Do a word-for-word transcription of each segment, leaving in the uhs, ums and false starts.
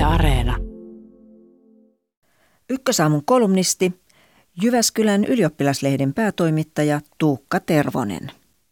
Areena. Ykkösaamun kolumnisti, Jyväskylän ylioppilaslehden päätoimittaja Tuukka Tervonen.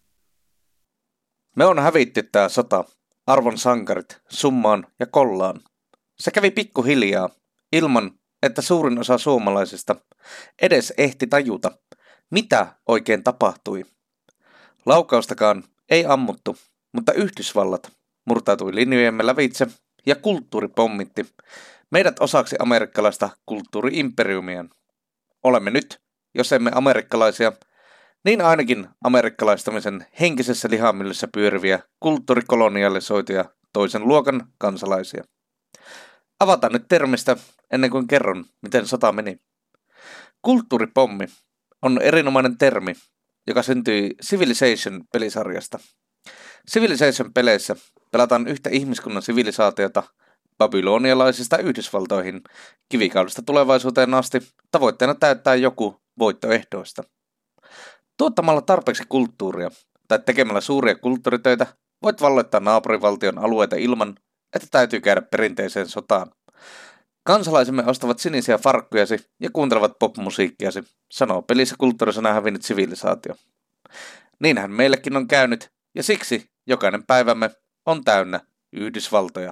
Me on hävitty tää sota, arvon sankarit, summaan ja kollaan. Se kävi pikkuhiljaa, ilman että suurin osa suomalaisista edes ehti tajuta, mitä oikein tapahtui. Laukaustakaan ei ammuttu, mutta Yhdysvallat murtautui linjojemme lävitse ja kulttuuri pommitti meidät osaksi amerikkalaista kulttuuri-imperiumia. Olemme nyt, jos emme amerikkalaisia, niin ainakin amerikkalaistamisen henkisessä lihamyllyssä pyöriviä kulttuurikolonialisoituja toisen luokan kansalaisia. Avataan nyt termistä ennen kuin kerron, miten sota meni. Kulttuuripommi on erinomainen termi, joka syntyi Civilization-pelisarjasta. Civilization-peleissä pelataan yhtä ihmiskunnan sivilisaatiota babylonialaisista Yhdysvaltoihin kivikaudesta tulevaisuuteen asti tavoitteena täyttää joku voittoehdoista. Tuottamalla tarpeeksi kulttuuria tai tekemällä suuria kulttuuritöitä voit valloittaa naapurivaltion alueita ilman, että täytyy käydä perinteiseen sotaan. Kansalaisemme ostavat sinisiä farkkujasi ja kuuntelevat popmusiikkiasi, sanoo pelissä kulttuurisena hävinnyt sivilisaatio. Niinhän meillekin on käynyt, ja siksi jokainen päivämme on täynnä Yhdysvaltoja.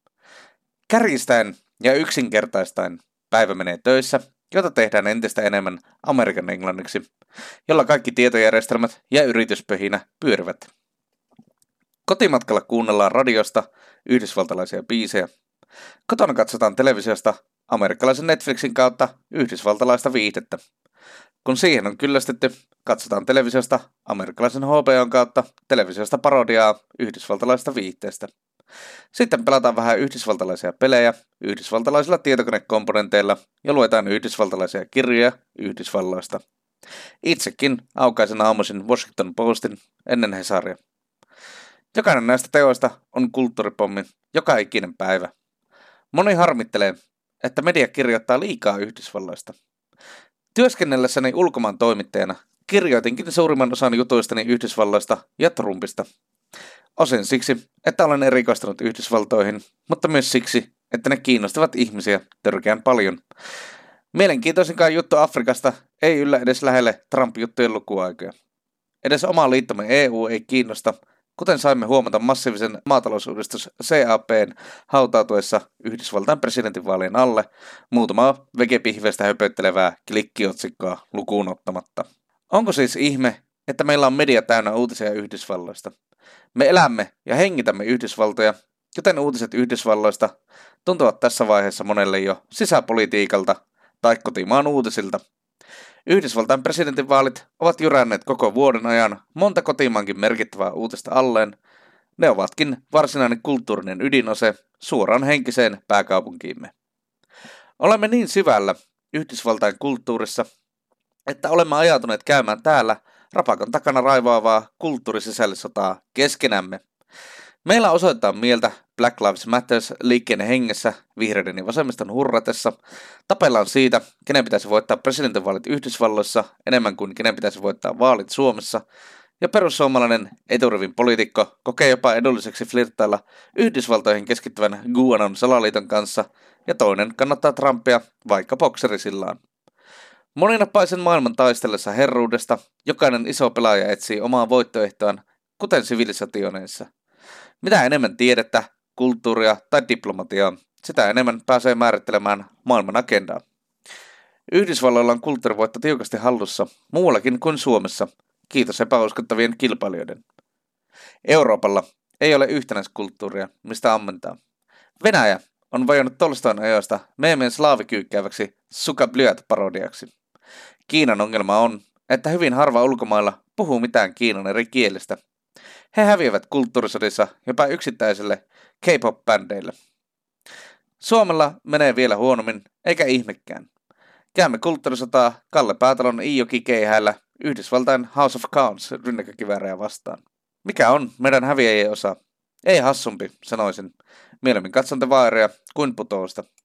Kärjistäen ja yksinkertaistaen päivä menee töissä, jota tehdään entistä enemmän Amerikan englanniksi, jolla kaikki tietojärjestelmät ja yrityspöhinä pyörivät. Kotimatkalla kuunnellaan radiosta yhdysvaltalaisia biisejä. Kotona katsotaan televisiosta amerikkalaisen Netflixin kautta yhdysvaltalaista viihdettä. Kun siihen on kyllästetty, katsotaan televisiosta amerikkalaisen H B O:n kautta televisiosta parodiaa yhdysvaltalaista viihteestä. Sitten pelataan vähän yhdysvaltalaisia pelejä yhdysvaltalaisilla tietokonekomponenteilla ja luetaan yhdysvaltalaisia kirjoja Yhdysvalloista. Itsekin aukaisen aamuisin Washington Postin ennen Hesaria. Jokainen näistä teoista on kulttuuripommi joka ikinen päivä. Moni harmittelee, että media kirjoittaa liikaa Yhdysvalloista. Työskennellessäni ulkomaan toimittajana kirjoitinkin suurimman osan jutuistani Yhdysvalloista ja Trumpista. Osin siksi, että olen erikoistunut Yhdysvaltoihin, mutta myös siksi, että ne kiinnostavat ihmisiä törkeän paljon. Mielenkiintoisinkaan juttu Afrikasta ei yllä edes lähelle Trump-juttujen lukuaikoja. Edes oma liittomme E U ei kiinnosta, kuten saimme huomata massiivisen maatalousuudistus C A P:n hautautuessa Yhdysvaltain presidentinvaalien alle muutamaa vegepihveistä höpöttelevää klikkiotsikkoa lukuun ottamatta. Onko siis ihme, että meillä on media täynnä uutisia Yhdysvalloista? Me elämme ja hengitämme Yhdysvaltoja, joten uutiset Yhdysvalloista tuntuvat tässä vaiheessa monelle jo sisäpolitiikalta tai kotimaan uutisilta. Yhdysvaltain presidentinvaalit ovat jyränneet koko vuoden ajan monta kotimaankin merkittävää uutista alleen. Ne ovatkin varsinainen kulttuurinen ydinase suoraan henkiseen pääkaupunkiimme. Olemme niin syvällä Yhdysvaltain kulttuurissa, että olemme ajatuneet käymään täällä rapakon takana raivaavaa kulttuurisisällissotaa keskenämme. Meillä osoitetaan mieltä Black Lives Matters -liikkeen hengessä vihreiden ja vasemmiston hurratessa. Tapellaan siitä, kenen pitäisi voittaa presidentinvaalit Yhdysvalloissa enemmän kuin kenen pitäisi voittaa vaalit Suomessa. Ja perussuomalainen eturivin poliitikko kokee jopa edulliseksi flirttailla Yhdysvaltoihin keskittyvän QAnon salaliiton kanssa, ja toinen kannattaa Trumpia vaikka bokserisillaan. Moninapaisen maailman taistellessa herruudesta jokainen iso pelaaja etsii omaa voittoehtoaan, kuten sivilisationeissa. Mitä enemmän tiedettä, kulttuuria tai diplomatiaa, sitä enemmän pääsee määrittelemään maailman agendaa. Yhdysvalloilla on kulttuurivoitto tiukasti hallussa, muuallakin kuin Suomessa, kiitos epäuskottavien kilpailijoiden. Euroopalla ei ole yhtenäiskulttuuria, mistä ammentaa. Venäjä on vajonnut Tolstoin ajoista meemien slaavikyykkääväksi Suka Blyat-parodiaksi. Kiinan ongelma on, että hyvin harva ulkomailla puhuu mitään Kiinan eri kielistä. He häviävät kulttuurisodissa jopa yksittäisille K-pop-bändeille. Suomella menee vielä huonommin, eikä ihmekään. Käymme kulttuurisotaa Kalle Päätalon Iijoki keihäällä Yhdysvaltain House of Cards rynnäkkökiväärejä vastaan. Mikä on meidän häviäjien osa? Ei hassumpi, sanoisin. Mieluummin katson te vaaria kuin putousta.